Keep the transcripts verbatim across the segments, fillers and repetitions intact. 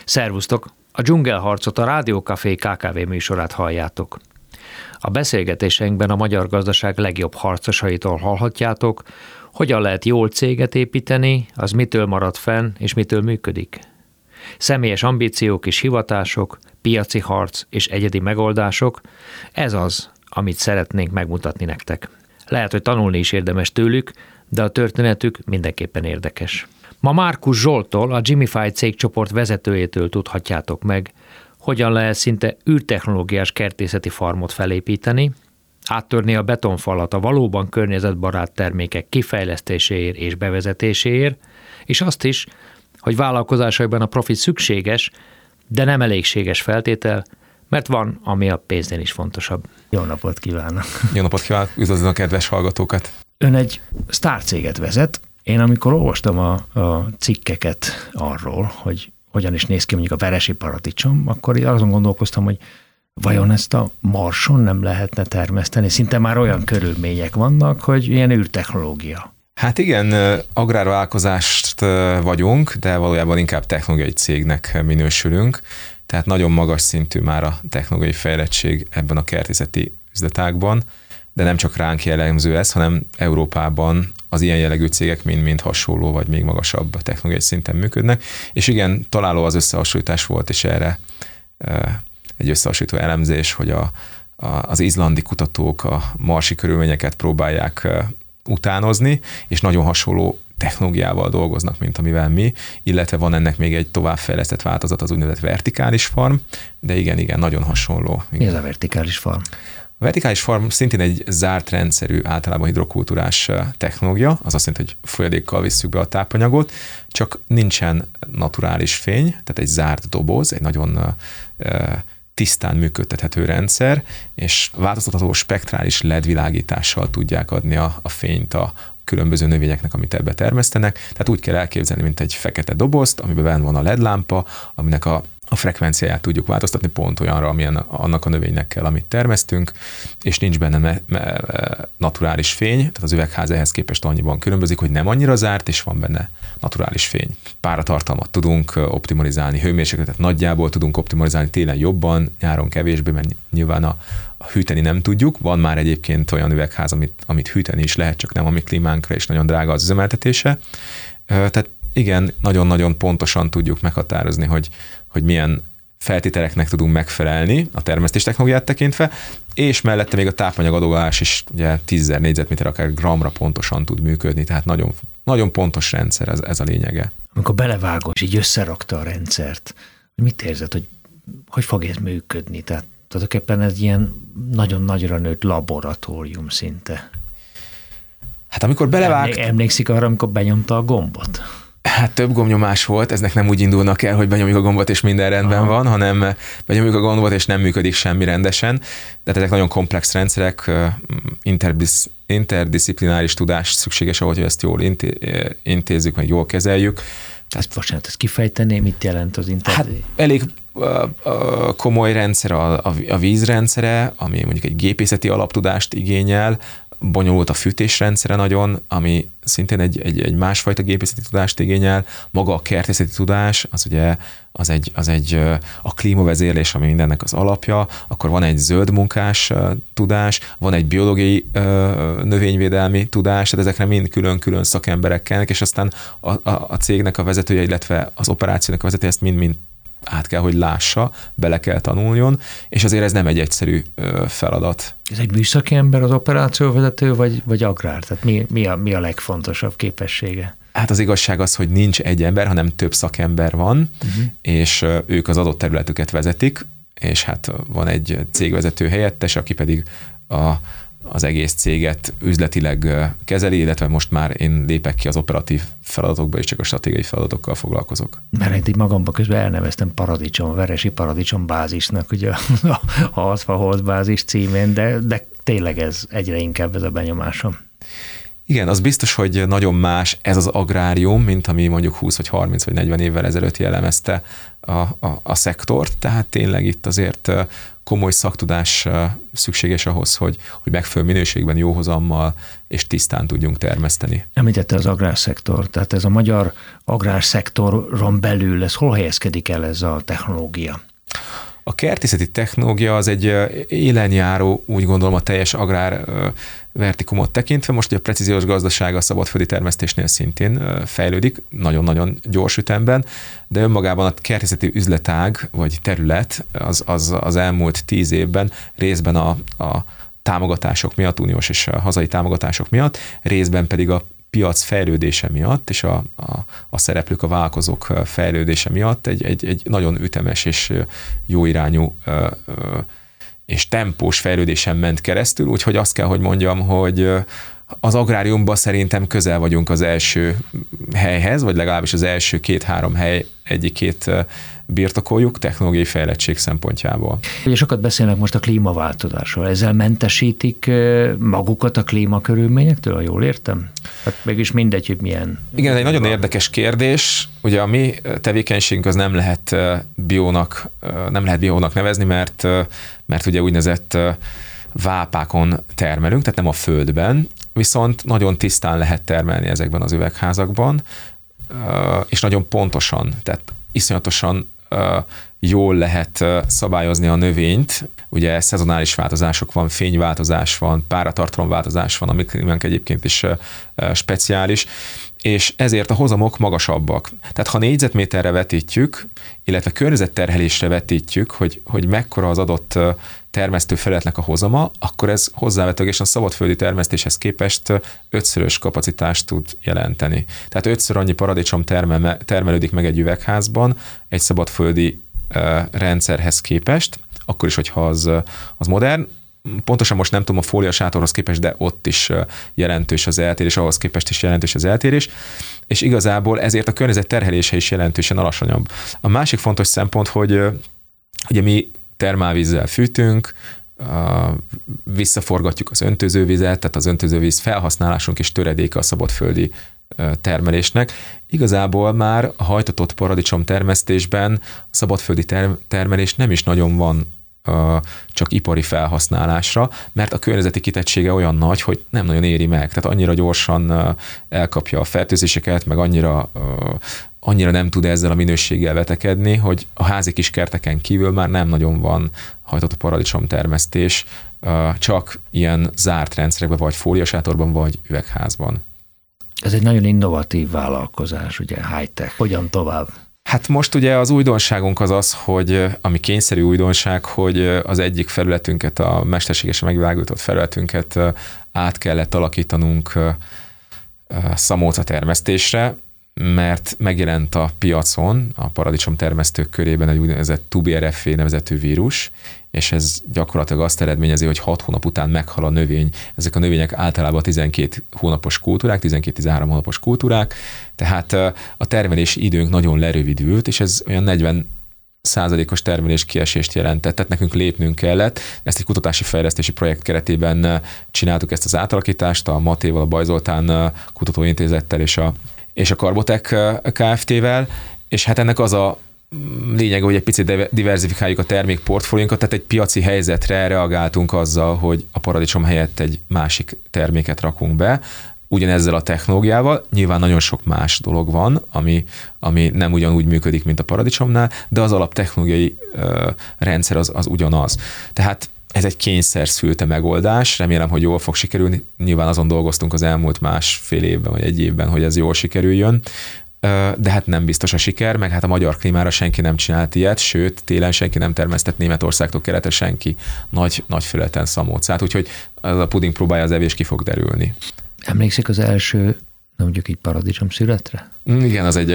Szervusztok! A Dzsungelharcot, a Rádiókafé ká ká vé műsorát halljátok. A beszélgetéseinkben a magyar gazdaság legjobb harcosaitól hallhatjátok, hogyan lehet jól céget építeni, az mitől marad fenn és mitől működik. Személyes ambíciók és hivatások, piaci harc és egyedi megoldások, ez az, amit szeretnénk megmutatni nektek. Lehet, hogy tanulni is érdemes tőlük, de a történetük mindenképpen érdekes. Ma Márkus Zsolttól, a Jimify cégcsoport vezetőjétől tudhatjátok meg, hogyan lehet szinte űrtechnológiás kertészeti farmot felépíteni, áttörni a betonfalat a valóban környezetbarát termékek kifejlesztéséért és bevezetéséért, és azt is, hogy vállalkozásaiban a profit szükséges, de nem elégséges feltétel, mert van, ami a pénznél is fontosabb. Jó napot kívánok! Jó napot kívánok! Üdvözlöm a kedves hallgatókat! Ön egy sztárcéget vezet. Én amikor olvastam a, a cikkeket arról, hogy hogyan is néz ki mondjuk a veresi paradicsom, akkor azon gondolkoztam, hogy vajon ezt a Marson nem lehetne termeszteni? Szinte már olyan körülmények vannak, hogy ilyen űrtechnológia. Hát igen, agrárvállalkozást vagyunk, de valójában inkább technológiai cégnek minősülünk, tehát nagyon magas szintű már a technológiai fejlettség ebben a kertészeti üzletágban, de nem csak ránk jellemző ez, hanem Európában az ilyen jellegű cégek mind-mind hasonló, vagy még magasabb technológiai szinten működnek, és igen, találó az összehasonlítás volt, és erre egy összehasonlító elemzés, hogy a, a, az izlandi kutatók a marsi körülményeket próbálják utánozni, és nagyon hasonló technológiával dolgoznak, mint amivel mi, illetve van ennek még egy továbbfejlesztett változat, az úgynevezett vertikális farm, de igen, igen, nagyon hasonló. Igen. Mi ez a vertikális farm? A vertikális farm szintén egy zárt rendszerű, általában hidrokultúrás technológia, az azt jelenti, hogy folyadékkal visszük be a tápanyagot, csak nincsen naturális fény, tehát egy zárt doboz, egy nagyon tisztán működtethető rendszer, és változtatható spektrális el é dé világítással tudják adni a, a fényt a különböző növényeknek, amit ebbe termesztenek. Tehát úgy kell elképzelni, mint egy fekete dobozt, amiben benne van a el é dé lámpa, aminek a a frekvenciáját tudjuk változtatni pont olyanra, amilyen annak a növénynek kell, amit termesztünk, és nincs benne me- me- naturális fény, tehát az üvegház ehhez képest annyiban különbözik, hogy nem annyira zárt, és van benne naturális fény. Páratartalmat tudunk optimalizálni, hőmérsékletet nagyjából tudunk optimalizálni, télen jobban, nyáron kevésbé, mert nyilván a, a hűteni nem tudjuk. Van már egyébként olyan üvegház, amit, amit hűteni is lehet, csak nem a mi klímánkra, és nagyon drága az üzemeltetése. Tehát igen, nagyon-nagyon pontosan tudjuk meghatározni, hogy, hogy milyen feltételeknek tudunk megfelelni a termesztés technológiát tekintve, és mellette még a tápanyagadógás is ugye tízezer négyzetméter, akár gramra pontosan tud működni, tehát nagyon, nagyon pontos rendszer, ez, ez a lényege. Amikor belevágod, és így összerakta a rendszert, mit érzed, hogy hogy fog ez működni? Tehát tulajdonképpen ez ilyen nagyon nagyra nőtt laboratórium szinte. Hát amikor belevágt... Emlékszik arra, amikor benyomta a gombot? Hát több gombnyomás volt, eznek nem úgy indulnak el, hogy benyomjuk a gombot és minden rendben Aha. van, hanem benyomjuk a gombot és nem működik semmi rendesen. De ezek nagyon komplex rendszerek, interdis, interdisziplináris tudás szükséges, ahogy ezt jól intézzük, meg jól kezeljük. Ezt bocsánat, ezt kifejteném, mit jelent az interdis? Hát elég komoly rendszer a, a, a vízrendszere, ami mondjuk egy gépészeti alaptudást igényel, bonyolult a fűtésrendszere nagyon, ami szintén egy, egy, egy másfajta gépészeti tudást igényel. Maga a kertészeti tudás, az ugye az egy, az egy a klímavezérlés, ami mindennek az alapja, akkor van egy zöld munkás tudás, van egy biológiai növényvédelmi tudás, tehát ezekre mind külön-külön szakemberek kellnek, és aztán a, a, a cégnek a vezetője, illetve az operációnak a vezetője ezt mind-mind át kell, hogy lássa, bele kell tanuljon, és azért ez nem egy egyszerű feladat. Ez egy műszaki ember az operációvezető, vagy, vagy agrár? Tehát mi, mi, a, mi a legfontosabb képessége? Hát az igazság az, hogy nincs egy ember, hanem több szakember van, uh-huh. és ők az adott területüket vezetik, és hát van egy cégvezető helyettes, aki pedig a az egész céget üzletileg kezeli, illetve most már én lépek ki az operatív feladatokba, és csak a stratégiai feladatokkal foglalkozok. Mert én így magamban közben elneveztem paradicsom, veresi paradicsom bázisnak, ugye a Halszfa bázis címén, de, de tényleg ez egyre inkább ez a benyomásom. Igen, az biztos, hogy nagyon más ez az agrárium, mint ami mondjuk húsz vagy harminc vagy negyven évvel ezelőtt jellemezte a, a, a szektort, tehát tényleg itt azért komoly szaktudás szükséges ahhoz, hogy, hogy megfelelő minőségben, jó hozammal és tisztán tudjunk termeszteni. Említette az agrárszektor, tehát ez a magyar agrárszektoron belül, ez hol helyezkedik el ez a technológia? A kertészeti technológia az egy élenjáró, úgy gondolom, a teljes agrár vertikumot tekintve. Most ugye a precíziós gazdaság a szabadföldi termesztésnél szintén fejlődik, nagyon-nagyon gyors ütemben, de önmagában a kertészeti üzletág vagy terület az, az, az elmúlt tíz évben részben a, a támogatások miatt, uniós és a hazai támogatások miatt, részben pedig a piac fejlődése miatt, és a, a, a szereplők, a vállalkozók fejlődése miatt egy, egy, egy nagyon ütemes és jó irányú és tempós fejlődésen ment keresztül, úgyhogy azt kell, hogy mondjam, hogy az agráriumban szerintem közel vagyunk az első helyhez, vagy legalábbis az első két-három hely egyikét birtokoljuk technológiai fejlettség szempontjából. Ugye sokat beszélnek most a klímaváltozásról, ezzel mentesítik magukat a klímakörülményektől, ha jól értem? Hát mégis mindegy, hogy milyen. Igen, ez egy nagyon érdekes kérdés. Ugye a mi tevékenységünk az nem lehet biónak, nem lehet biónak nevezni, mert, mert ugye úgynevezett vápákon termelünk, tehát nem a földben, viszont nagyon tisztán lehet termelni ezekben az üvegházakban, és nagyon pontosan, tehát iszonyatosan jól lehet szabályozni a növényt. Ugye szezonális változások van, fényváltozás van, páratartalomváltozás van, ami klímánk egyébként is speciális, és ezért a hozamok magasabbak. Tehát ha négyzetméterre vetítjük, illetve környezetterhelésre vetítjük, hogy, hogy mekkora az adott termesztő felületnek a hozama, akkor ez hozzávetőlegesen a szabadföldi termesztéshez képest ötszörös kapacitást tud jelenteni. Tehát ötször annyi paradicsom termel, termelődik meg egy üvegházban egy szabadföldi rendszerhez képest, akkor is, hogyha az, az modern. Pontosan most nem tudom a fóliasátorhoz képest, de ott is jelentős az eltérés, ahhoz képest is jelentős az eltérés, és igazából ezért a környezet terhelése is jelentősen alacsonyabb. A másik fontos szempont, hogy ugye mi termálvízzel fűtünk, visszaforgatjuk az öntözővizet, tehát az öntözővíz felhasználásunk is töredéke a szabadföldi termelésnek. Igazából már a hajtatott paradicsom termesztésben a szabadföldi termelés nem is nagyon van csak ipari felhasználásra, mert a környezeti kitettsége olyan nagy, hogy nem nagyon éri meg. Tehát annyira gyorsan elkapja a fertőzéseket, meg annyira, annyira nem tud ezzel a minőséggel vetekedni, hogy a házi kiskerteken kívül már nem nagyon van hajtott paradicsom termesztés, csak ilyen zárt rendszerekben, vagy fóliasátorban, vagy üvegházban. Ez egy nagyon innovatív vállalkozás, ugye high-tech. Hogyan tovább? Hát most ugye az újdonságunk az az, hogy ami kényszerű újdonság, hogy az egyik felületünket, a mesterségesen megvilágított felületünket át kellett alakítanunk szamóca termesztésre, mert megjelent a piacon, a paradicsom termesztők körében egy úgynevezett two B R F V nevezetű vírus, és ez gyakorlatilag azt eredményezi, hogy hat hónap után meghal a növény. Ezek a növények általában tizenkét hónapos kultúrák, tizenkét-tizenhárom hónapos kultúrák, tehát a termelési időnk nagyon lerövidült, és ez olyan negyven százalékos termelés kiesést jelentett, tehát nekünk lépnünk kellett. Ezt egy kutatási fejlesztési projekt keretében csináltuk ezt az átalakítást, a Matéval, a Bajz Zoltán Kutatóintézettel és a, és a Carbotek Kft-vel, és hát ennek az a lényeg, hogy egy picit diverzifikáljuk a termékportfóliónkat, tehát egy piaci helyzetre reagáltunk azzal, hogy a paradicsom helyett egy másik terméket rakunk be, ugyanezzel a technológiával. Nyilván nagyon sok más dolog van, ami, ami nem ugyanúgy működik, mint a paradicsomnál, de az alaptechnológiai ö, rendszer az, az ugyanaz. Tehát ez egy kényszer szülte megoldás, remélem, hogy jól fog sikerülni. Nyilván azon dolgoztunk az elmúlt másfél évben, vagy egy évben, hogy ez jól sikerüljön, de hát nem biztos a siker, meg hát a magyar klímára senki nem csinált ilyet, sőt, télen senki nem termesztett Németországtól keletre senki nagy, nagy föleten szamócát, úgyhogy az a puding próbálja az evés ki fog derülni. Emlékszik az első, mondjuk így paradicsom születre? Igen, az egy,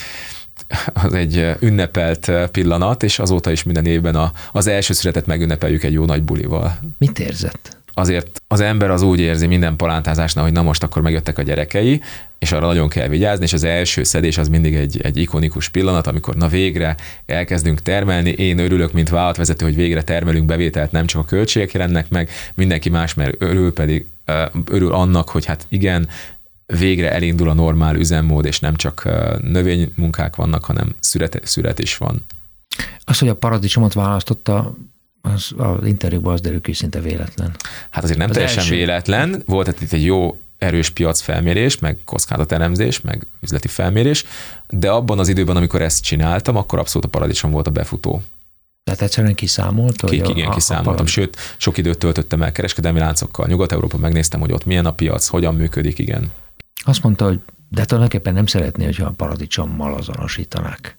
az egy ünnepelt pillanat, és azóta is minden évben a, az első születet megünnepeljük egy jó nagy bulival. Mit érzett? Azért az ember az úgy érzi minden palántázásnál, hogy na most akkor megjöttek a gyerekei, és arra nagyon kell vigyázni, és az első szedés az mindig egy, egy ikonikus pillanat, amikor na végre elkezdünk termelni. Én örülök, mint vállalatvezető, hogy végre termelünk bevételt, nem csak a költségek jelennek meg, mindenki más, mert örül pedig, örül annak, hogy hát igen, végre elindul a normál üzemmód, és nem csak növénymunkák vannak, hanem szüret, szüret is van. Az, hogy a paradicsomot választotta, Az, az interjúban az derül ki, szinte véletlen. Hát azért nem az teljesen első. véletlen. Volt itt egy jó erős piacfelmérés, meg kockázatelemzés, meg üzleti felmérés, de abban az időben, amikor ezt csináltam, akkor abszolút a paradicsom volt a befutó. Tehát egyszerűen kiszámolt? Ki, igen, a, kiszámoltam. A Sőt, sok időt töltöttem el kereskedelmi láncokkal. Nyugat-Európa, megnéztem, hogy ott milyen a piac, hogyan működik, igen. Azt mondta, hogy de tulajdonképpen nem szeretné, hogyha a paradicsommal azonosítanák.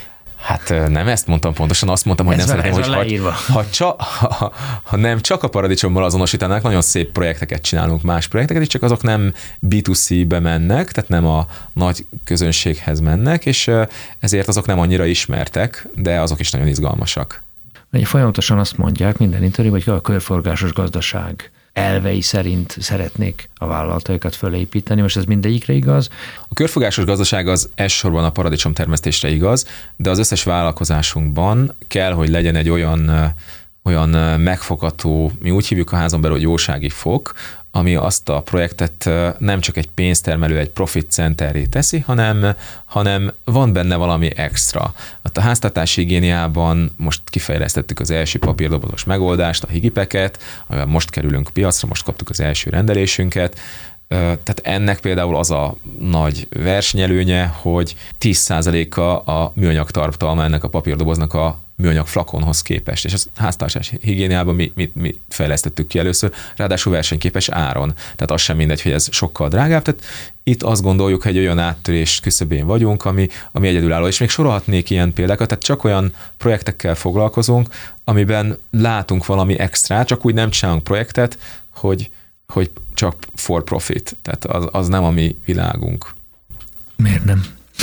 Hát nem ezt mondtam pontosan, azt mondtam, hogy ez nem szeretném, hogy ha, ha, csa, ha, ha nem csak a paradicsommal azonosítanák, nagyon szép projekteket csinálunk, más projekteket is, csak azok nem bé kettő cé-be mennek, tehát nem a nagy közönséghez mennek, és ezért azok nem annyira ismertek, de azok is nagyon izgalmasak. Ugye folyamatosan azt mondják minden interjúban, hogy a körforgásos gazdaság elvei szerint szeretnék a vállalataikat fölépíteni, most ez mindegyikre igaz? A körforgásos gazdaság az elsősorban a paradicsom termesztésre igaz, de az összes vállalkozásunkban kell, hogy legyen egy olyan, olyan megfogható, mi úgy hívjuk a házon belül, hogy jósági fok, ami azt a projektet nem csak egy pénztermelő, egy profit centerré teszi, hanem, hanem van benne valami extra. A háztartási higiéniában most kifejlesztettük az első papírdobozos megoldást, a higipeket, amivel most kerülünk piacra, most kaptuk az első rendelésünket. Tehát ennek például az a nagy versenyelőnye, hogy tíz százaléka a műanyag tartalma ennek a papírdoboznak a műanyag flakonhoz képest, és a háztartási higiéniában mi, mi, mi fejlesztettük ki először, ráadásul versenyképes áron. Tehát az sem mindegy, hogy ez sokkal drágább. Tehát itt azt gondoljuk, hogy egy olyan áttörés küszöbén vagyunk, ami, ami egyedülálló, és még sorolhatnék ilyen példákat, tehát csak olyan projektekkel foglalkozunk, amiben látunk valami extrát, csak úgy nem csinálunk projektet, hogy, hogy csak for profit. Tehát az, az nem a mi világunk. Miért nem?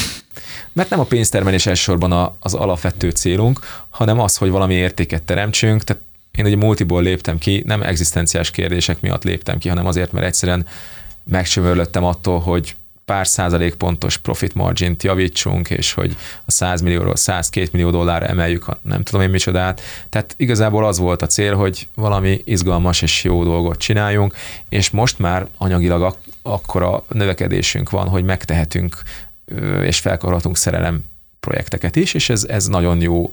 Mert nem a pénztermelés elsősorban az alapvető célunk, hanem az, hogy valami értéket teremtsünk. Tehát én ugye multiból léptem ki, nem egzisztenciás kérdések miatt léptem ki, hanem azért, mert egyszerűen megcsömörlöttem attól, hogy pár százalékpontos profit margint javítsunk, és hogy a száz millióról száz-két millió dollárra emeljük a nem tudom én micsodát. Tehát igazából az volt a cél, hogy valami izgalmas és jó dolgot csináljunk, és most már anyagilag ak- akkora növekedésünk van, hogy megtehetünk és felkarolhatunk szerelem projekteket is, és ez, ez nagyon jó,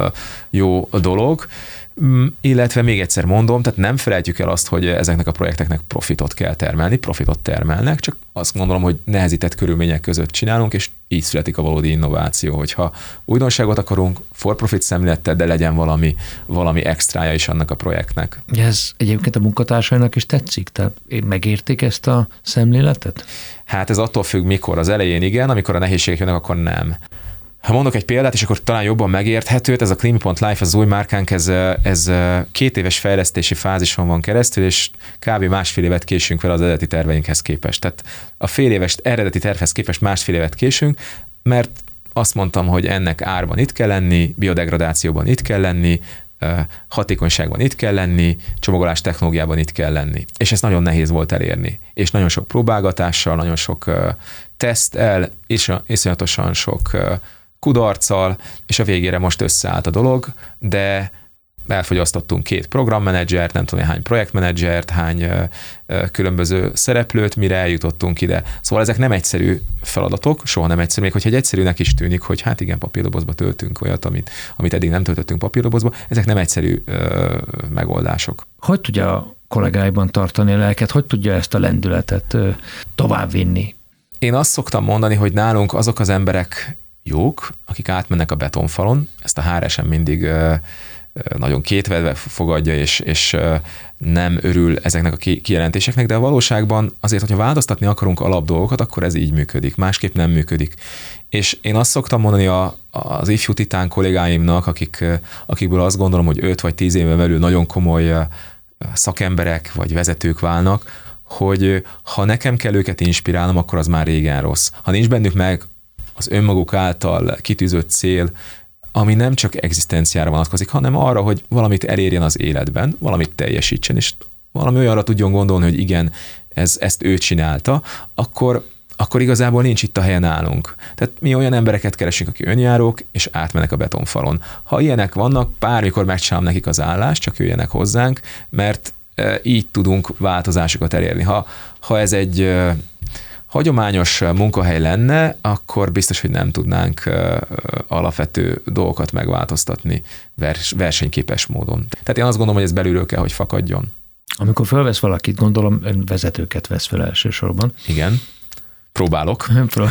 jó dolog. Illetve még egyszer mondom, tehát nem felejtjük el azt, hogy ezeknek a projekteknek profitot kell termelni, profitot termelnek, csak azt gondolom, hogy nehezített körülmények között csinálunk, és így születik a valódi innováció, hogyha újdonságot akarunk, for profit szemlélettel, de legyen valami, valami extrája is annak a projektnek. Ez egyébként a munkatársainak is tetszik? Tehát megérték ezt a szemléletet? Hát ez attól függ, mikor. Az elején igen, amikor a nehézségek jönnek, akkor nem. Ha mondok egy példát, és akkor talán jobban megérthető, ez a Klimi.life, az új márkánk, ez, ez két éves fejlesztési fázison van keresztül, és kb. másfél évet késünk vele az eredeti terveinkhez képest. Tehát a fél éves eredeti tervhez képest másfél évet késünk, mert azt mondtam, hogy ennek árban itt kell lenni, biodegradációban itt kell lenni, hatékonyságban itt kell lenni, csomagolás technológiában itt kell lenni. És ez nagyon nehéz volt elérni. És nagyon sok próbálgatással, nagyon sok teszttel, és iszonyatosan sok kudarccal, és a végére most összeállt a dolog, de elfogyasztottunk két programmenedzsert, nem tudom, hány projektmenedzsert, hány különböző szereplőt, mire eljutottunk ide. Szóval ezek nem egyszerű feladatok, soha nem egyszerű, még hogyha egy egyszerűnek is tűnik, hogy hát igen, papírdobozba töltünk olyat, amit, amit eddig nem töltöttünk papírdobozba, ezek nem egyszerű ö, megoldások. Hogy tudja a kollégáiban tartani a lelket, hogy tudja ezt a lendületet ö, továbbvinni? Én azt szoktam mondani, hogy nálunk azok az emberek jók, akik átmennek a betonfalon, ezt a há er es-en mindig ö, nagyon kétvedve fogadja, és, és nem örül ezeknek a kijelentéseknek, de a valóságban azért, hogyha változtatni akarunk alapdolgokat, akkor ez így működik, másképp nem működik. És én azt szoktam mondani a, az ifjú titán kollégáimnak, akik, akikből azt gondolom, hogy öt vagy tíz éven belül nagyon komoly szakemberek vagy vezetők válnak, hogy ha nekem kell őket inspirálnom, akkor az már régen rossz. Ha nincs bennük meg az önmaguk által kitűzött cél, ami nem csak egzisztenciára vonatkozik, hanem arra, hogy valamit elérjen az életben, valamit teljesítsen, és valami olyanra tudjon gondolni, hogy igen, ez, ezt ő csinálta, akkor, akkor igazából nincs itt a helyen nálunk. Tehát mi olyan embereket keresünk, akik önjárók, és átmennek a betonfalon. Ha ilyenek vannak, bármikor megcsinálom nekik az állást, csak jöjjenek hozzánk, mert így tudunk változásokat elérni. Ha, ha ez egy hagyományos munkahely lenne, akkor biztos, hogy nem tudnánk alapvető dolgokat megváltoztatni vers, versenyképes módon. Tehát én azt gondolom, hogy ez belülről kell, hogy fakadjon. Amikor felvesz valakit, gondolom, ön vezetőket vesz fel elsősorban. Igen, próbálok.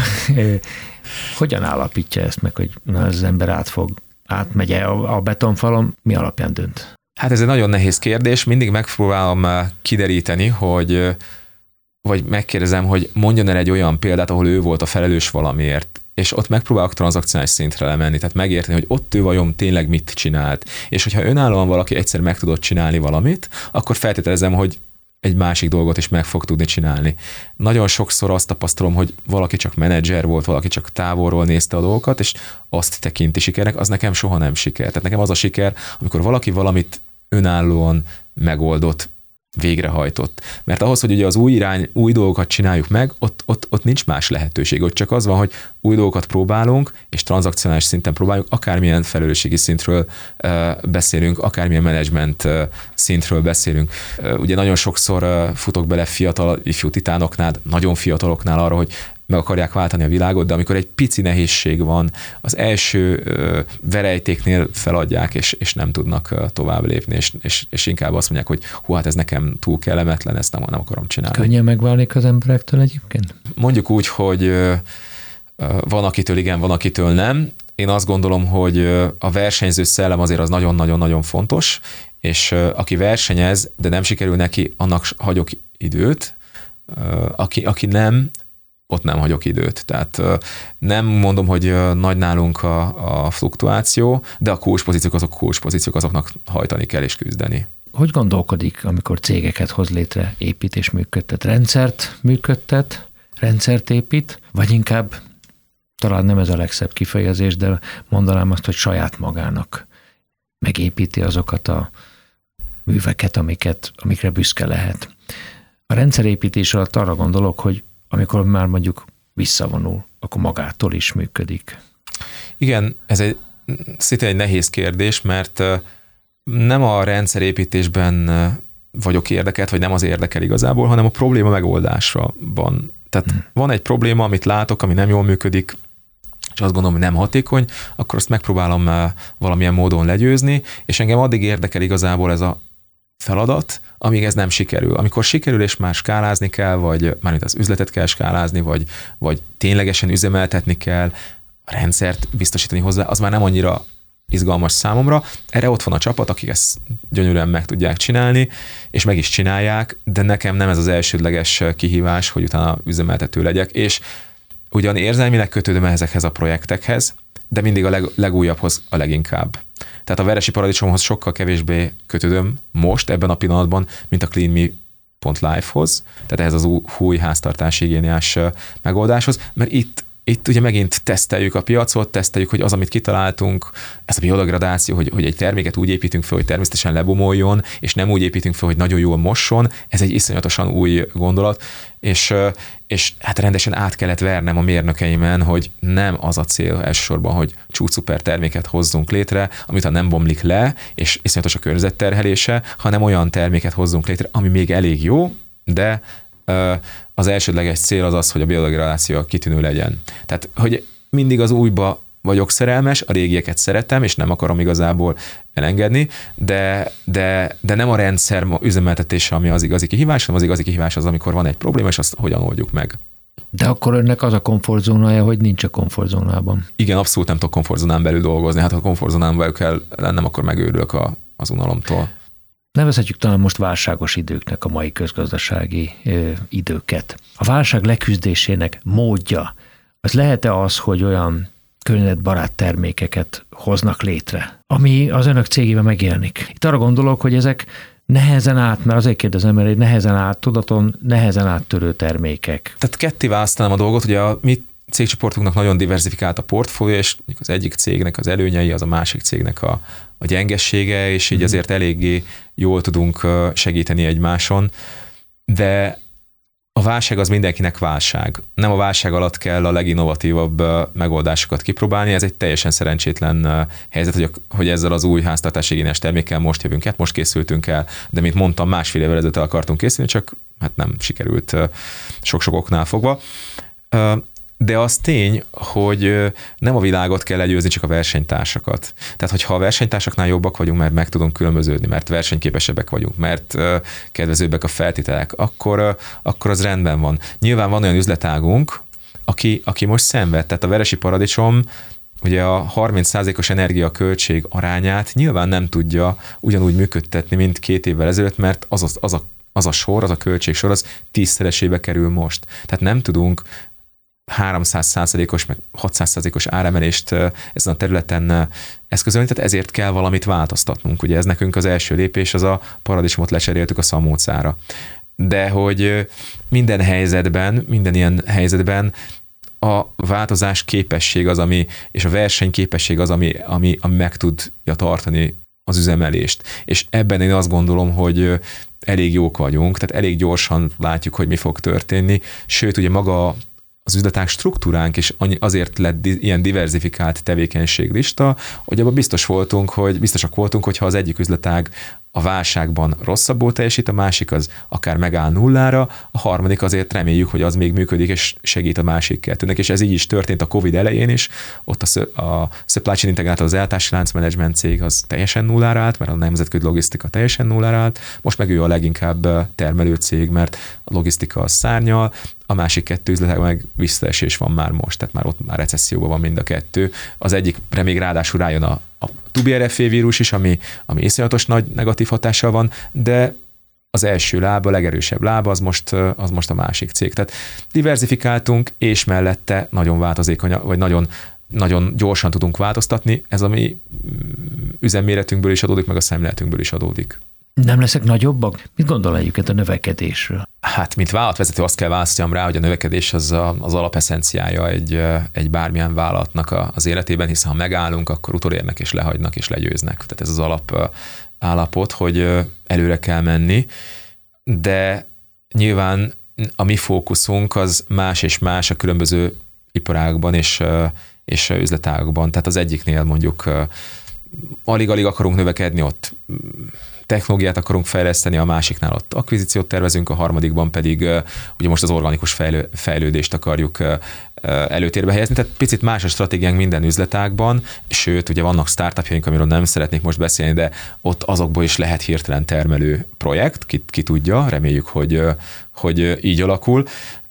Hogyan állapítja ezt meg, hogy na, az ember átfog, átmegy a, a betonfalon, mi alapján dönt? Hát ez egy nagyon nehéz kérdés, mindig megpróbálom kideríteni, hogy vagy megkérdezem, hogy mondjon el egy olyan példát, ahol ő volt a felelős valamiért, és ott megpróbálok tranzakcionális szintre lemenni, tehát megérteni, hogy ott ő vajon tényleg mit csinált. És hogyha önállóan valaki egyszer meg tudott csinálni valamit, akkor feltételezem, hogy egy másik dolgot is meg fog tudni csinálni. Nagyon sokszor azt tapasztalom, hogy valaki csak menedzser volt, valaki csak távolról nézte a dolgokat, és azt tekinti sikernek, az nekem soha nem siker. Tehát nekem az a siker, amikor valaki valamit önállóan megoldott, végrehajtott. Mert ahhoz, hogy ugye az új irány, új dolgokat csináljuk meg, ott, ott, ott nincs más lehetőség. Ott csak az van, hogy új dolgokat próbálunk, és tranzakcionális szinten próbáljuk, akármilyen felelősségi szintről uh, beszélünk, akármilyen menedzsment uh, szintről beszélünk. Uh, ugye nagyon sokszor uh, futok bele fiatal ifjú titánoknál, nagyon fiataloknál arra, hogy meg akarják váltani a világot, de amikor egy pici nehézség van, az első uh, verejtéknél feladják, és, és nem tudnak uh, tovább lépni, és, és, és inkább azt mondják, hogy hú, hát ez nekem túl kellemetlen, ezt nem, nem akarom csinálni. Könnyen megválnik az emberektől egyébként? Mondjuk úgy, hogy uh, van akitől igen, van akitől nem. Én azt gondolom, hogy uh, a versenyző szellem azért az nagyon-nagyon-nagyon fontos, és uh, aki versenyez, de nem sikerül neki, annak hagyok időt. Uh, aki, aki nem, ott nem hagyok időt. Tehát nem mondom, hogy nagy nálunk a, a fluktuáció, de a kulcspozíciók azok kulcspozíciók, azoknak hajtani kell és küzdeni. Hogy gondolkodik, amikor cégeket hoz létre, épít és működtet? Rendszert működtet, rendszert épít, vagy inkább, talán nem ez a legszebb kifejezés, de mondanám azt, hogy saját magának megépíti azokat a műveket, amiket, amikre büszke lehet. A rendszerépítés alatt arra gondolok, hogy amikor már mondjuk visszavonul, akkor magától is működik. Igen, ez egy szinte egy nehéz kérdés, mert nem a rendszerépítésben vagyok érdekelt, vagy nem az érdekel igazából, hanem a probléma megoldásban. Tehát hmm. van egy probléma, amit látok, ami nem jól működik, és azt gondolom, hogy nem hatékony, akkor azt megpróbálom valamilyen módon legyőzni, és engem addig érdekel igazából ez a feladat, amíg ez nem sikerül. Amikor sikerül, és már skálázni kell, vagy mármint az üzletet kell skálázni, vagy, vagy ténylegesen üzemeltetni kell, a rendszert biztosítani hozzá, az már nem annyira izgalmas számomra. Erre ott van a csapat, akik ezt gyönyörűen meg tudják csinálni, és meg is csinálják, de nekem nem ez az elsődleges kihívás, hogy utána üzemeltető legyek, és ugyan érzelmileg kötődöm ezekhez a projektekhez, de mindig a leg, legújabbhoz a leginkább. Tehát a Veresi Paradicsomhoz sokkal kevésbé kötődöm most, ebben a pillanatban, mint a CleanMe.life-hoz, tehát ehhez az új háztartási higiéniás megoldáshoz, mert itt Itt ugye megint teszteljük a piacot, teszteljük, hogy az, amit kitaláltunk, ez a biodegradáció, hogy, hogy egy terméket úgy építünk fel, hogy természetesen lebomoljon, és nem úgy építünk fel, hogy nagyon jól mosson, ez egy iszonyatosan új gondolat, és, és hát rendesen át kellett vernem a mérnökeimen, hogy nem az a cél elsősorban, hogy csúcsszuper terméket hozzunk létre, amit nem bomlik le, és iszonyatos a környezetterhelése, hanem olyan terméket hozzunk létre, ami még elég jó, de az elsődleges cél az az, hogy a biodegradáció kitűnő legyen. Tehát, hogy mindig az újba vagyok szerelmes, a régieket szeretem, és nem akarom igazából elengedni, de, de, de nem a rendszer üzemeltetése, ami az igazi kihívás, hanem az igazi kihívás az, amikor van egy probléma, és azt hogyan oldjuk meg. De akkor önnek az a komfortzónája, hogy nincs a komfortzónában. Igen, abszolút nem tudok komfortzónán belül dolgozni. Hát ha a komfortzónán belül kell lennem, akkor megőrülök a, az unalomtól. Nevezhetjük talán most válságos időknek a mai közgazdasági ö, időket. A válság leküzdésének módja, az lehet-e az, hogy olyan környezetbarát termékeket hoznak létre, ami az önök cégében megjelenik? Itt arra gondolok, hogy ezek nehezen át, mert azért kérdezem, mert egy nehezen át tudaton, nehezen áttörő termékek. Tehát ketté választanám a dolgot, ugye a mi cégcsoportunknak nagyon diversifikált a portfólió, és az egyik cégnek az előnyei, az a másik cégnek a, a gyengessége, és így azért eléggé jól tudunk segíteni egymáson, de a válság az mindenkinek válság. Nem a válság alatt kell a leginnovatívabb megoldásokat kipróbálni, ez egy teljesen szerencsétlen helyzet, hogy, hogy ezzel az új háztartási higiéniás termékkel most jövünk át, most készültünk el, de mint mondtam, másfél évvel ezelőtt el akartunk készülni, csak hát nem sikerült sok-sok oknál fogva. De az tény, hogy nem a világot kell legyőzni, csak a versenytársakat. Tehát, hogyha a versenytársaknál jobbak vagyunk, mert meg tudunk különböződni, mert versenyképesebbek vagyunk, mert kedvezőbbek a feltételek, akkor, akkor az rendben van. Nyilván van olyan üzletágunk, aki, aki most szenved, tehát a Veresi Paradicsom ugye a harminc százalékos energiaköltség arányát nyilván nem tudja ugyanúgy működtetni, mint két évvel ezelőtt, mert az, az, az, a, az a sor, az a költségsor, az tízszeresébe kerül most. Tehát nem tudunk háromszáz százalékos, meg hatszáz százalékos áremelést ezen a területen eszközölni, tehát ezért kell valamit változtatnunk. Ugye ez nekünk az első lépés, az a paradicsomot lecseréltük a szamócára. De hogy minden helyzetben, minden ilyen helyzetben a változás képesség az, ami, és a versenyképesség az, ami, ami, ami meg tudja tartani az üzemelést. És ebben én azt gondolom, hogy elég jók vagyunk, tehát elég gyorsan látjuk, hogy mi fog történni, sőt, ugye maga az üzletág struktúránk is azért lett ilyen diverzifikált tevékenységlista, hogy abban biztos voltunk, hogy biztosak voltunk, hogyha az egyik üzletág a válságban rosszabbul teljesít, a másik az akár megáll nullára, a harmadik azért reméljük, hogy az még működik, és segít a másik kettőnek, és ez így is történt a Covid elején is, ott a, a Supply Chain Integrator, az eltási láncmenedzsment cég az teljesen nullára állt, mert a nemzetközi logisztika teljesen nullára állt, most meg ő a leginkább termelő cég, mert a logisztika az szárnyal, a másik kettő üzletek meg visszaesés van már most, tehát már ott már recesszióban van mind a kettő. Az egyikre még ráadásul rájön a, a Tubi er ef é vírus is, ami, ami iszonyatos nagy negatív hatással van, de az első lába, a legerősebb lába, az most, az most a másik cég. Tehát diversifikáltunk, és mellette nagyon változékony, vagy nagyon, nagyon gyorsan tudunk változtatni. Ez a mi üzemméretünkből is adódik, meg a szemléletünkből is adódik. Nem leszek nagyobbak? Mit gondol egyébként a növekedésről? Hát, mint vállalatvezető azt kell választjam rá, hogy a növekedés az a, az alapeszenciája egy, egy bármilyen vállalatnak a, az életében, hiszen ha megállunk, akkor utolérnek és lehagynak és legyőznek. Tehát ez az alap állapot, hogy előre kell menni, de nyilván a mi fókuszunk az más és más a különböző iparágban és, és üzletágokban. Tehát az egyiknél mondjuk alig-alig akarunk növekedni, ott technológiát akarunk fejleszteni, a másiknál ott akvizíciót tervezünk, a harmadikban pedig ugye most az organikus fejlő, fejlődést akarjuk előtérbe helyezni. Tehát picit más a stratégiánk minden üzletágban, sőt, ugye vannak startupjaink, amiről nem szeretnék most beszélni, de ott azokból is lehet hirtelen termelő projekt, ki, ki tudja, reméljük, hogy, hogy így alakul.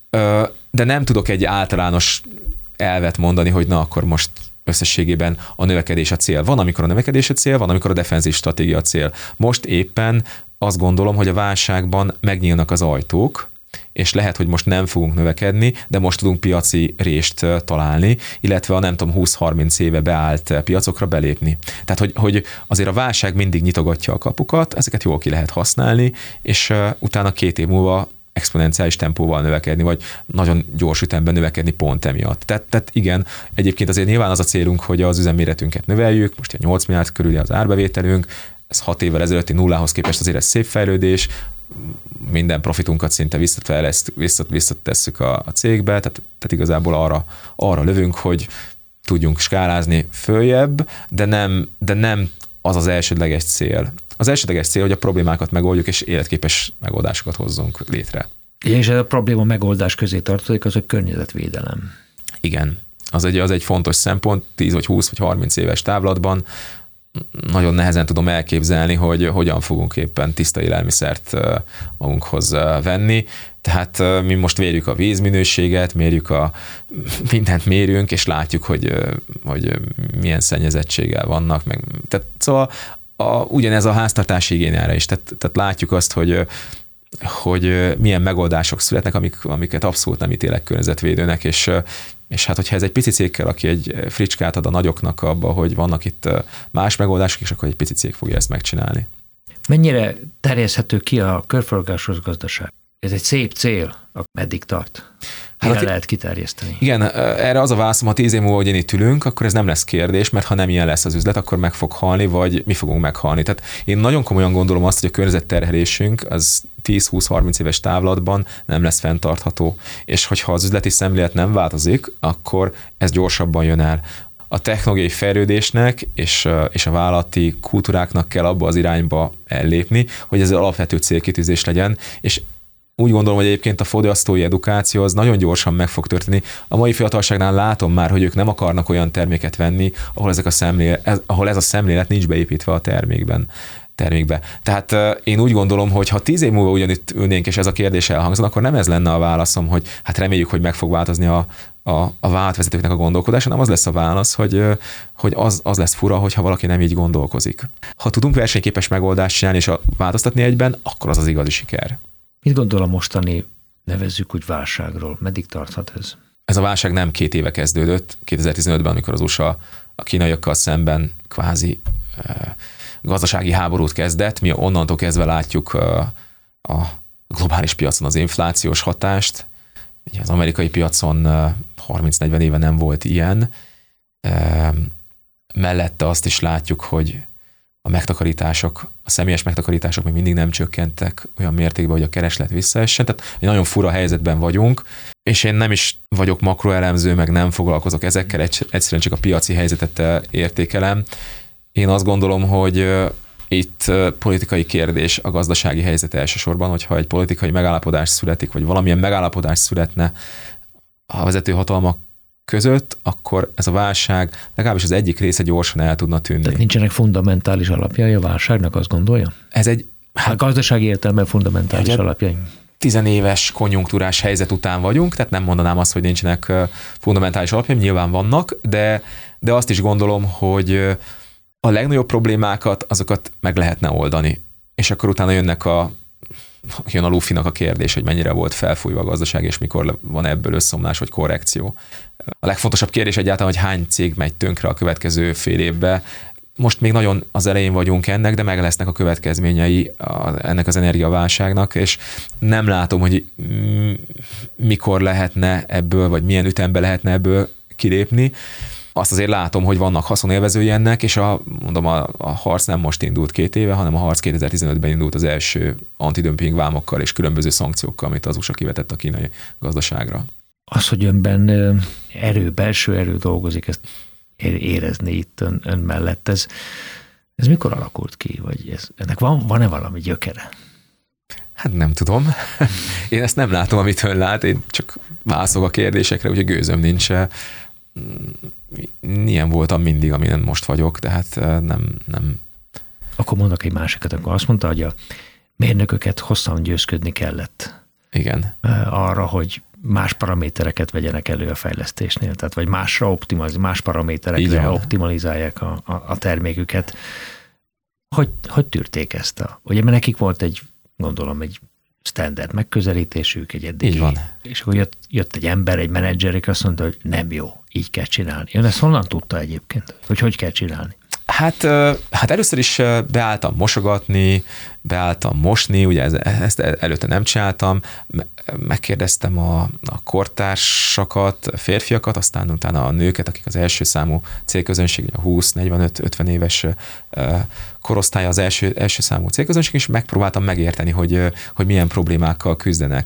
De nem tudok egy általános elvet mondani, hogy na akkor most összességében a növekedés a cél. Van, amikor a növekedés a cél, van, amikor a defenzív stratégia a cél. Most éppen azt gondolom, hogy a válságban megnyílnak az ajtók, és lehet, hogy most nem fogunk növekedni, de most tudunk piaci rést találni, illetve a nem tudom húsz-harminc éve beállt piacokra belépni. Tehát, hogy, hogy azért a válság mindig nyitogatja a kapukat, ezeket jól ki lehet használni, és utána két év múlva exponenciális tempóval növekedni, vagy nagyon gyors ütemben növekedni pont emiatt. Tehát, tehát igen, egyébként azért nyilván az a célunk, hogy az üzemméretünket növeljük, most ilyen nyolc milliárd körüli az árbevételünk, ez hat évvel ezelőtti nullához képest azért ez szép fejlődés, minden profitunkat szinte visszatesszük a, a cégbe, tehát, tehát igazából arra, arra lövünk, hogy tudjunk skálázni följebb, de nem, de nem az az elsődleges cél. Az elsődleges cél, hogy a problémákat megoldjuk, és életképes megoldásokat hozzunk létre. És ez a probléma megoldás közé tartozik, az a környezetvédelem. Igen, az egy, az egy fontos szempont, tíz vagy húsz vagy harminc éves távlatban nagyon nehezen tudom elképzelni, hogy hogyan fogunk éppen tiszta élelmiszert magunkhoz venni. Tehát mi most mérjük a vízminőséget, mérjük a, mindent mérjünk, és látjuk, hogy, hogy milyen szennyezettséggel vannak. Meg, tehát szóval a, ugyanez a háztartási igényára is. Tehát, tehát látjuk azt, hogy, hogy milyen megoldások születnek, amik, amiket abszolút nem ítélek környezetvédőnek, és És hát, hogyha ez egy pici cég kell, aki egy fricskát ad a nagyoknak abba, hogy vannak itt más megoldások, és akkor egy pici cég fogja ezt megcsinálni. Mennyire terjeszthető ki a körforgásos gazdaság? Ez egy szép cél, meddig tart? Mire hát, lehet kiterjeszteni? Igen, erre az a válaszom, ha tíz év múlva, hogy én itt ülünk, akkor ez nem lesz kérdés, mert ha nem ilyen lesz az üzlet, akkor meg fog halni, vagy mi fogunk meghalni. Tehát én nagyon komolyan gondolom azt, hogy a környezetterhelésünk az tíz-húsz-harminc éves távlatban nem lesz fenntartható. És hogyha az üzleti szemlélet nem változik, akkor ez gyorsabban jön el. A technológiai fejlődésnek és, és a vállalati kultúráknak kell abba az irányba ellépni, hogy ez az alapvető célkitűzés legyen, és úgy gondolom, hogy egyébként a fogyasztói edukáció az nagyon gyorsan meg fog történni. A mai fiatalságnál látom már, hogy ők nem akarnak olyan terméket venni, ahol, ezek a szemlélet, ez, ahol ez a szemlélet nincs beépítve a termékben. termékbe. Tehát uh, én úgy gondolom, hogy ha tíz év múlva ugyanitt ülnénk, és ez a kérdés elhangzott, akkor nem ez lenne a válaszom, hogy hát reméljük, hogy meg fog változni a, a, a vállalatvezetőknek a gondolkodása, hanem az lesz a válasz, hogy, uh, hogy az, az lesz fura, hogyha valaki nem így gondolkozik. Ha tudunk versenyképes megoldást csinálni és a, változtatni egyben, akkor az az igazi siker. Mit gondol a mostani, nevezzük úgy, válságról? Meddig tarthat ez? Ez a válság nem két éve kezdődött, kétezer-tizenötben, amikor az u es á a kínaiakkal szemben kvázi uh, gazdasági háborút kezdett, mi onnantól kezdve látjuk a globális piacon az inflációs hatást. Az amerikai piacon harminc-negyven éve nem volt ilyen. Mellette azt is látjuk, hogy a megtakarítások, a személyes megtakarítások még mindig nem csökkentek olyan mértékben, hogy a kereslet visszaessen. Tehát egy nagyon fura helyzetben vagyunk, és én nem is vagyok makroelemző, meg nem foglalkozok ezekkel, egyszerűen csak a piaci helyzetet értékelem. Én azt gondolom, hogy itt politikai kérdés a gazdasági helyzet elsősorban, hogyha egy politikai megállapodás születik, vagy valamilyen megállapodás születne a vezető hatalmak között, akkor ez a válság legalábbis az egyik része gyorsan el tudna tűnni. Tehát nincsenek fundamentális alapjai a válságnak, azt gondolja? Ez egy... Hát, a gazdasági értelemben fundamentális egy alapjai. Tizenéves konjunktúrás helyzet után vagyunk, tehát nem mondanám azt, hogy nincsenek fundamentális alapjai, nyilván vannak, de, de azt is gondolom, hogy a legnagyobb problémákat, azokat meg lehetne oldani. És akkor utána jönnek a, jön a lufinak a kérdés, hogy mennyire volt felfújva a gazdaság, és mikor van ebből összeomlás vagy korrekció. A legfontosabb kérdés egyáltalán, hogy hány cég megy tönkre a következő fél évbe. Most még nagyon az elején vagyunk ennek, de meg lesznek a következményei ennek az energiaválságnak, és nem látom, hogy mikor lehetne ebből, vagy milyen ütemben lehetne ebből kilépni. Azt azért látom, hogy vannak haszonélvezői ennek, és a, mondom, a, a harc nem most indult két éve, hanem a harc kétezer-tizenötben indult az első antidömping vámokkal és különböző szankciókkal, amit az u es á kivetett a kínai gazdaságra. Az, hogy önben erő, belső erő dolgozik, ezt érezni itt ön, ön mellett, ez, ez mikor alakult ki? Vagy ez, ennek van, van-e valami gyökere? Hát nem tudom. Én ezt nem látom, amit ön lát, én csak válaszolok a kérdésekre, úgyhogy gőzöm nincs. Ilyen voltam mindig, amilyen most vagyok, tehát nem, nem. Akkor mondok egy másikat, akkor azt mondta, hogy a mérnököket hosszan győzködni kellett. Igen. Arra, hogy más paramétereket vegyenek elő a fejlesztésnél, tehát vagy másra optimalizálják, más paraméterekre optimalizálják a, a, a terméküket. Hogy, hogy tűrték ezt? A, ugye, mert nekik volt egy, gondolom, egy standard megközelítésük, egy eddigi. Így van. És akkor jött, jött egy ember, egy menedzser, és azt mondta, hogy nem jó, így kell csinálni. Ön ezt honnan tudta egyébként, hogy hogy kell csinálni? Hát, hát először is beálltam mosogatni, beálltam mosni, ugye ezt előtte nem csináltam, megkérdeztem a, a kortársakat, a férfiakat, aztán utána a nőket, akik az első számú célközönség, a húsz, negyvenöt, ötven éves korosztálya az első, első számú célközönség, és megpróbáltam megérteni, hogy, hogy milyen problémákkal küzdenek.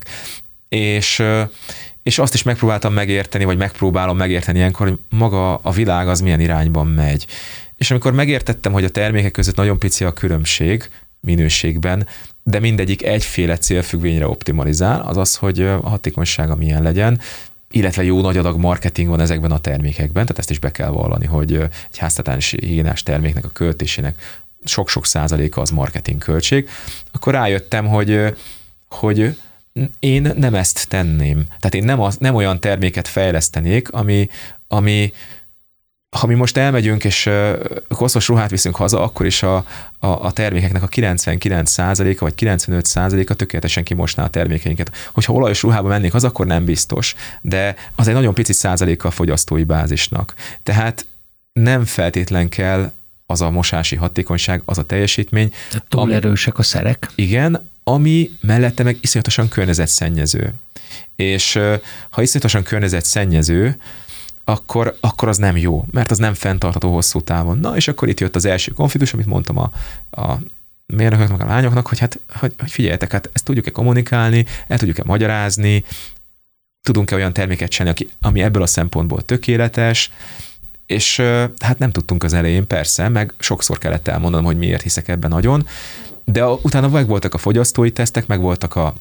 És És azt is megpróbáltam megérteni, vagy megpróbálom megérteni ilyenkor, hogy maga a világ az milyen irányban megy. És amikor megértettem, hogy a termékek között nagyon pici a különbség minőségben, de mindegyik egyféle célfüggvényre optimalizál, az az, hogy a hatékonysága milyen legyen, illetve jó nagy adag marketing van ezekben a termékekben, tehát ezt is be kell vallani, hogy egy háztartási higiénás terméknek a költésének sok-sok százaléka az marketing költség, akkor rájöttem, hogy, hogy én nem ezt tenném. Tehát én nem, az, nem olyan terméket fejlesztenék, ami, ami ha mi most elmegyünk, és koszos ruhát viszünk haza, akkor is a, a, a termékeknek a kilencvenkilenc százaléka vagy kilencvenöt százaléka tökéletesen kimosná a termékeinket. Hogyha olajos ruhába mennék haza, akkor nem biztos, de az egy nagyon pici százaléka a fogyasztói bázisnak. Tehát nem feltétlen kell az a mosási hatékonyság, az a teljesítmény. Tehát túl erősek a szerek. Igen, ami mellette meg iszonyatosan környezetszennyező. És ha iszonyatosan környezetszennyező, akkor, akkor az nem jó, mert az nem fenntartható hosszú távon. Na, és akkor itt jött az első konfliktus, amit mondtam a, a mérnököknek, a lányoknak, hogy hát hogy, hogy figyeljetek, hát ezt tudjuk-e kommunikálni, el tudjuk-e magyarázni, tudunk-e olyan terméket csinálni, ami ebből a szempontból tökéletes, és hát nem tudtunk az elején, persze, meg sokszor kellett elmondanom, hogy miért hiszek ebben nagyon, de utána meg voltak a fogyasztói tesztek, meg voltak a,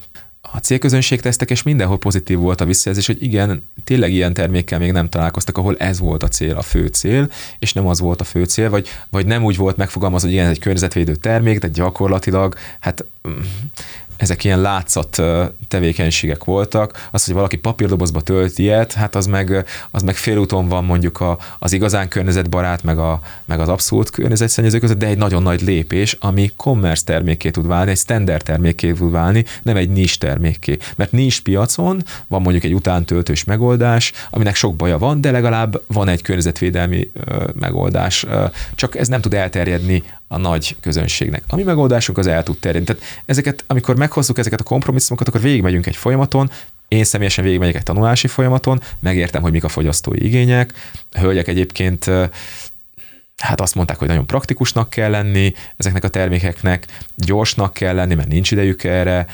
a célközönségtesztek, és mindenhol pozitív volt a visszajelzés, hogy igen, tényleg ilyen termékkel még nem találkoztak, ahol ez volt a cél, a fő cél, és nem az volt a fő cél, vagy, vagy nem úgy volt megfogalmazva, hogy igen, ez egy környezetvédő termék, de gyakorlatilag, hát ezek ilyen látszat tevékenységek voltak. Az, hogy valaki papírdobozba tölt ilyet, hát az meg, az meg félúton van mondjuk a, az igazán környezetbarát, meg, a, meg az abszolút környezetszennyező között, de egy nagyon nagy lépés, ami commerce termékké tud válni, egy standard termékké tud válni, nem egy niche termékké. Mert niche piacon van mondjuk egy utántöltős megoldás, aminek sok baja van, de legalább van egy környezetvédelmi ö, megoldás. Ö, csak ez nem tud elterjedni a nagy közönségnek. A mi megoldásunk az el tud terjedni. Tehát ezeket, amikor meghozzuk ezeket a kompromisszumokat, akkor végigmegyünk egy folyamaton, én személyesen végigmegyek egy tanulási folyamaton, megértem, hogy mik a fogyasztói igények. A hölgyek egyébként hát azt mondták, hogy nagyon praktikusnak kell lenni ezeknek a termékeknek, gyorsnak kell lenni, mert nincs idejük erre,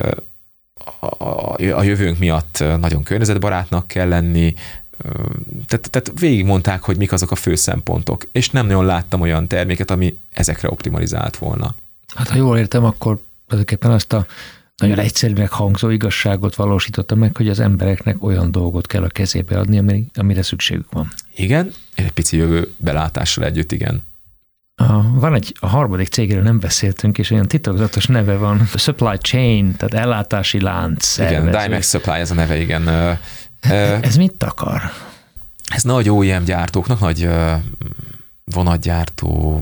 a jövőnk miatt nagyon környezetbarátnak kell lenni, Tehát, tehát végigmondták, hogy mik azok a fő szempontok, és nem nagyon láttam olyan terméket, ami ezekre optimalizált volna. Hát ha jól értem, akkor tulajdonképpen azt a nagyon egyszerűnek hangzó igazságot valósította meg, hogy az embereknek olyan dolgot kell a kezébe adni, amire szükségük van. Igen, és egy pici jövő belátással együtt, igen. A, van egy, a harmadik cégről nem beszéltünk, és olyan titokzatos neve van, Supply Chain, tehát ellátási lánc szervező. Igen, Dymex Supply ez a neve, igen. Ez mit akar? Ez nagy o e em gyártóknak, nagy vonatgyártó,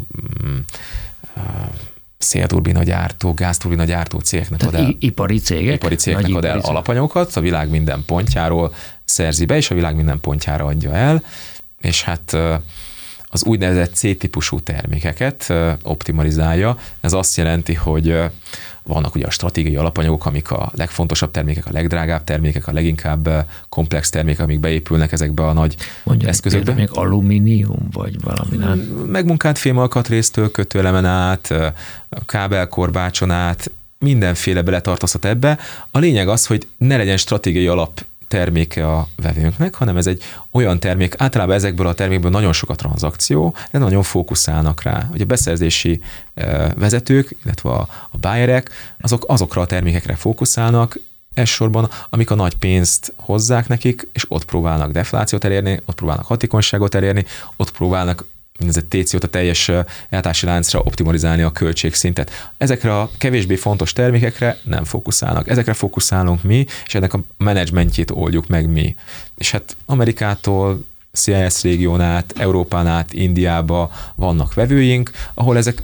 szélturbina gyártó, gázturbina gyártó cégeknek ad el. Ipari cégek? Ipari cégeknek ad el alapanyagokat, a világ minden pontjáról szerzi be, és a világ minden pontjára adja el, és hát az úgynevezett C-típusú termékeket optimalizálja. Ez azt jelenti, hogy vannak ugye a stratégiai alapanyagok, amik a legfontosabb termékek, a legdrágább termékek, a leginkább komplex termékek, amik beépülnek ezekbe a nagy Mondja eszközökbe. Mondjuk még alumínium, vagy valami, nem? Megmunkált fémalkatrésztől, kötőelemen át, kábelkorbácson át, mindenféle beletartozhat ebbe. A lényeg az, hogy ne legyen stratégiai alap terméke a vevőnknek, hanem ez egy olyan termék, általában ezekből a termékből nagyon sok a tranzakció, de nagyon fókuszálnak rá. Hogy a beszerzési vezetők, illetve a, a buyerek, azok azokra a termékekre fókuszálnak, elsősorban, amik a nagy pénzt hozzák nekik, és ott próbálnak deflációt elérni, ott próbálnak hatékonyságot elérni, ott próbálnak mindezett té cé ó-t a teljes ellátási láncra optimalizálni a költségszintet. Ezekre a kevésbé fontos termékekre nem fókuszálnak. Ezekre fókuszálunk mi, és ennek a menedzsmentjét oldjuk meg mi. És hát Amerikától, cé i es régión át, Európán át, Indiába vannak vevőink, ahol ezek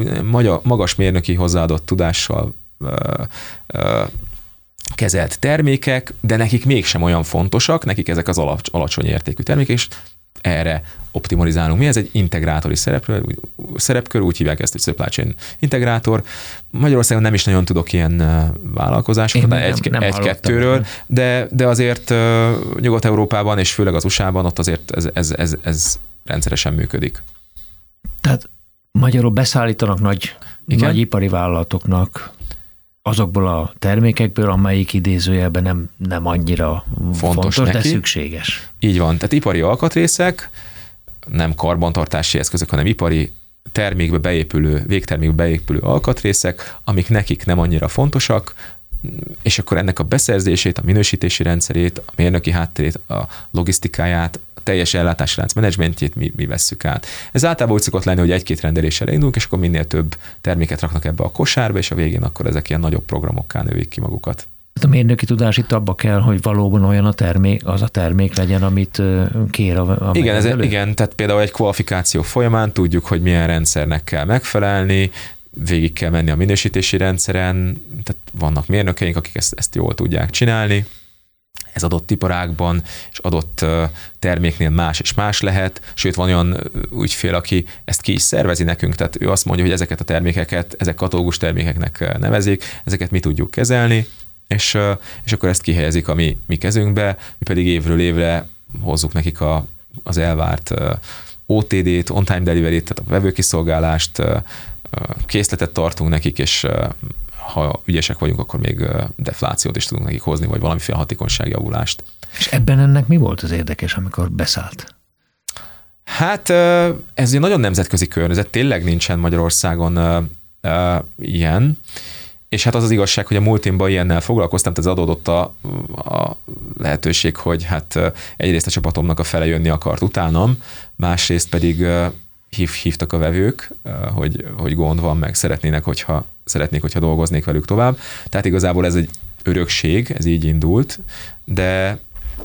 magas mérnöki hozzáadott tudással ö, ö, kezelt termékek, de nekik mégsem olyan fontosak, nekik ezek az alacsony értékű termékek, és erre optimalizálunk. Mi ez egy integrátori szerepkör, szerepkör, úgy hívják ezt, hogy supply chain integrátor. Magyarországon nem is nagyon tudok ilyen vállalkozásokat, egy, egy-kettőről, de, de azért uh, Nyugat-Európában és főleg az u es á-ban ott azért ez, ez, ez, ez rendszeresen működik. Tehát magyarul beszállítanak nagy, nagy ipari vállalatoknak azokból a termékekből, amelyik idézőjelben nem, nem annyira fontos, fontos de szükséges. Így van. Tehát ipari alkatrészek, nem karbantartási eszközök, hanem ipari termékbe beépülő, végtermékbe beépülő alkatrészek, amik nekik nem annyira fontosak, és akkor ennek a beszerzését, a minősítési rendszerét, a mérnöki hátterét, a logisztikáját, a teljes ellátási lánc menedzsmentjét mi, mi vesszük át. Ez általában úgy szokott lenni, hogy egy-két rendeléssel indulunk, és akkor minél több terméket raknak ebbe a kosárba, és a végén akkor ezek ilyen nagyobb programokká növik ki magukat. A mérnöki tudás itt abba kell, hogy valóban olyan a termék, az a termék legyen, amit kér a, a igen, ez, igen, tehát például egy kvalifikáció folyamán tudjuk, hogy milyen rendszernek kell megfelelni, végig kell menni a minősítési rendszeren, tehát vannak mérnökeink, akik ezt, ezt jól tudják csinálni. Ez adott iparágban és adott terméknél más és más lehet, sőt van olyan ügyfél, aki ezt ki is szervezi nekünk, tehát ő azt mondja, hogy ezeket a termékeket, ezek katalógus termékeknek nevezik, ezeket mi tudjuk kezelni, és, és akkor ezt kihelyezik a mi, mi kezünkbe, mi pedig évről évre hozzuk nekik a, az elvárt o té dét, on-time delivery-t, tehát a vevőkiszolgálást, készletet tartunk nekik, és ha ügyesek vagyunk, akkor még deflációt is tudunk nekik hozni, vagy valamiféle hatékonyságjavulást. És ebben ennek mi volt az érdekes, amikor beszállt? Hát ez egy nagyon nemzetközi környezet, tényleg nincsen Magyarországon ilyen, És hát az az igazság, hogy a múltimban ilyennel foglalkoztam, tehát ez adódott a, a lehetőség, hogy hát egyrészt a csapatomnak a fele jönni akart utánam, másrészt pedig hív, hívtak a vevők, hogy, hogy gond van, meg szeretnének, hogyha, szeretnék, hogyha dolgoznék velük tovább. Tehát igazából ez egy örökség, ez így indult, de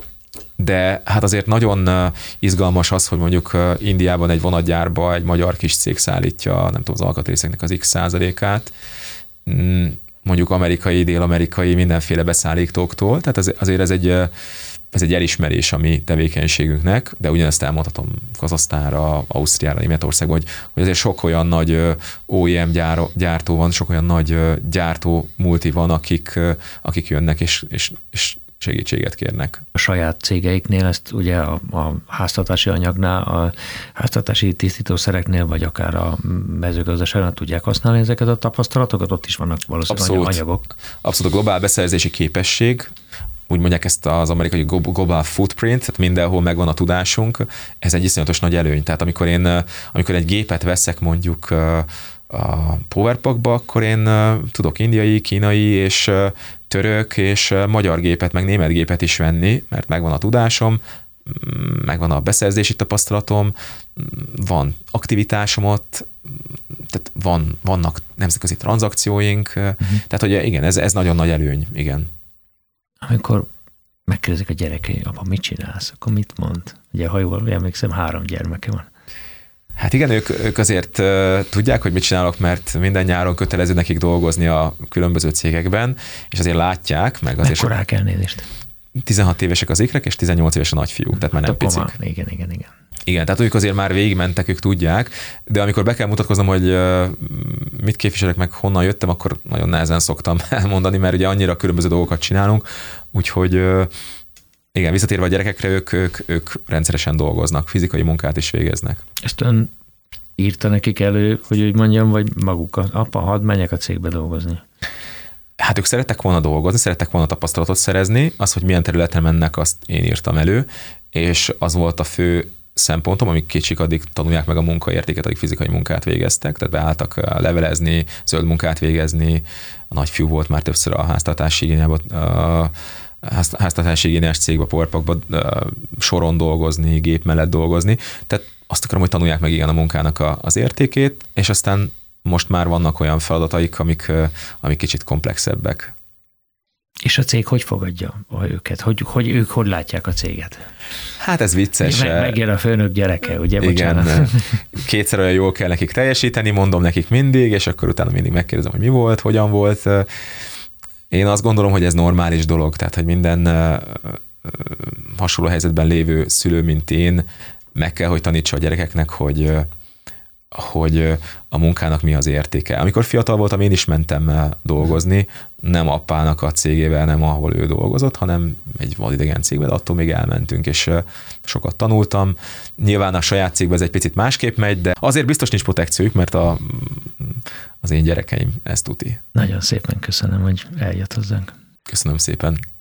de hát azért nagyon izgalmas az, hogy mondjuk Indiában egy vonatgyárba egy magyar kis cég szállítja, nem tudom, az alkatrészeknek az x százalékát, mondjuk amerikai, dél-amerikai mindenféle beszállítóktól, tehát azért ez egy, ez egy elismerés a mi tevékenységünknek, de ugyanezt elmondhatom Kazahsztánra, Ausztriára, Németországban, hogy, hogy azért sok olyan nagy o e em gyár, gyártó van, sok olyan nagy gyártó multi van, akik, akik jönnek és, és, és segítséget kérnek. A saját cégeiknél ezt ugye a, a háztartási anyagnál, a háztartási tisztítószereknél, vagy akár a mezőgazdaságnál tudják használni ezeket a tapasztalatokat? Ott is vannak valószínűleg abszolút, anyagok. Abszolút a globál beszerzési képesség, úgy mondják ezt az amerikai global footprint, tehát mindenhol megvan a tudásunk, ez egy iszonyatos nagy előny. Tehát amikor én amikor egy gépet veszek mondjuk a Powerpackba, akkor én tudok indiai, kínai és török és magyar gépet, meg német gépet is venni, mert megvan a tudásom, megvan a beszerzési tapasztalatom, van aktivitásom ott, tehát van, vannak nemzetközi tranzakcióink, uh-huh. tehát hogy igen, ez, ez nagyon nagy előny, igen. Amikor megkérdezik a gyerekei, apa, mit csinálsz? Akkor mit mond? Ugye, ha jól emlékszem, három gyermeke van. Hát igen, ők, ők azért uh, tudják, hogy mit csinálok, mert minden nyáron kötelező nekik dolgozni a különböző cégekben, és azért látják, meg azért... Mekkorák elnézést? tizenhat évesek az ikrek, és tizennyolc éves a nagyfiú, tehát már nem picik. Már, igen, igen, igen. Igen, tehát ők azért már végigmentek, ők tudják, de amikor be kell mutatkoznom, hogy uh, mit képviselek, meg honnan jöttem, akkor nagyon nehezen szoktam elmondani, mert ugye annyira különböző dolgokat csinálunk, úgyhogy uh, igen, visszatérve a gyerekekre, ők, ők, ők rendszeresen dolgoznak, fizikai munkát is végeznek. Ezt ön írta nekik elő, hogy úgy mondjam, vagy maguk, apa, hadd menjek a cégbe dolgozni? Hát ők szerettek volna dolgozni, szerettek volna tapasztalatot szerezni, az, hogy milyen területen mennek, azt én írtam elő, és az volt a fő szempontom, amik kicsik addig tanulják meg a munkaértéket, addig fizikai munkát végeztek, tehát beálltak levelezni, zöld munkát végezni, a nagyfiú volt már többször a háztartási igényában, háztartási igényes cégbe, Powerpackba soron dolgozni, gép mellett dolgozni, tehát azt akarom, hogy tanulják meg igen a munkának a, az értékét, és aztán most már vannak olyan feladataik, amik, amik kicsit komplexebbek. És a cég hogy fogadja őket? Hogy, hogy ők hogy látják a céget? Hát ez vicces. Meg, megjön a főnök gyereke, ugye? Igen, bocsánat. Kétszer olyan jól kell nekik teljesíteni, mondom nekik mindig, és akkor utána mindig megkérdezem, hogy mi volt, hogyan volt. Én azt gondolom, hogy ez normális dolog, tehát hogy minden hasonló helyzetben lévő szülő, mint én, meg kell, hogy tanítsa a gyerekeknek, hogy, hogy a munkának mi az értéke. Amikor fiatal voltam, én is mentem dolgozni, nem apának a cégével, nem ahol ő dolgozott, hanem egy vadidegen cégbe, de attól még elmentünk, és sokat tanultam. Nyilván a saját cégben ez egy picit másképp megy, de azért biztos nincs protekciójuk, mert a, az én gyerekeim ezt tuti. Nagyon szépen köszönöm, hogy eljött hozzánk. Köszönöm szépen.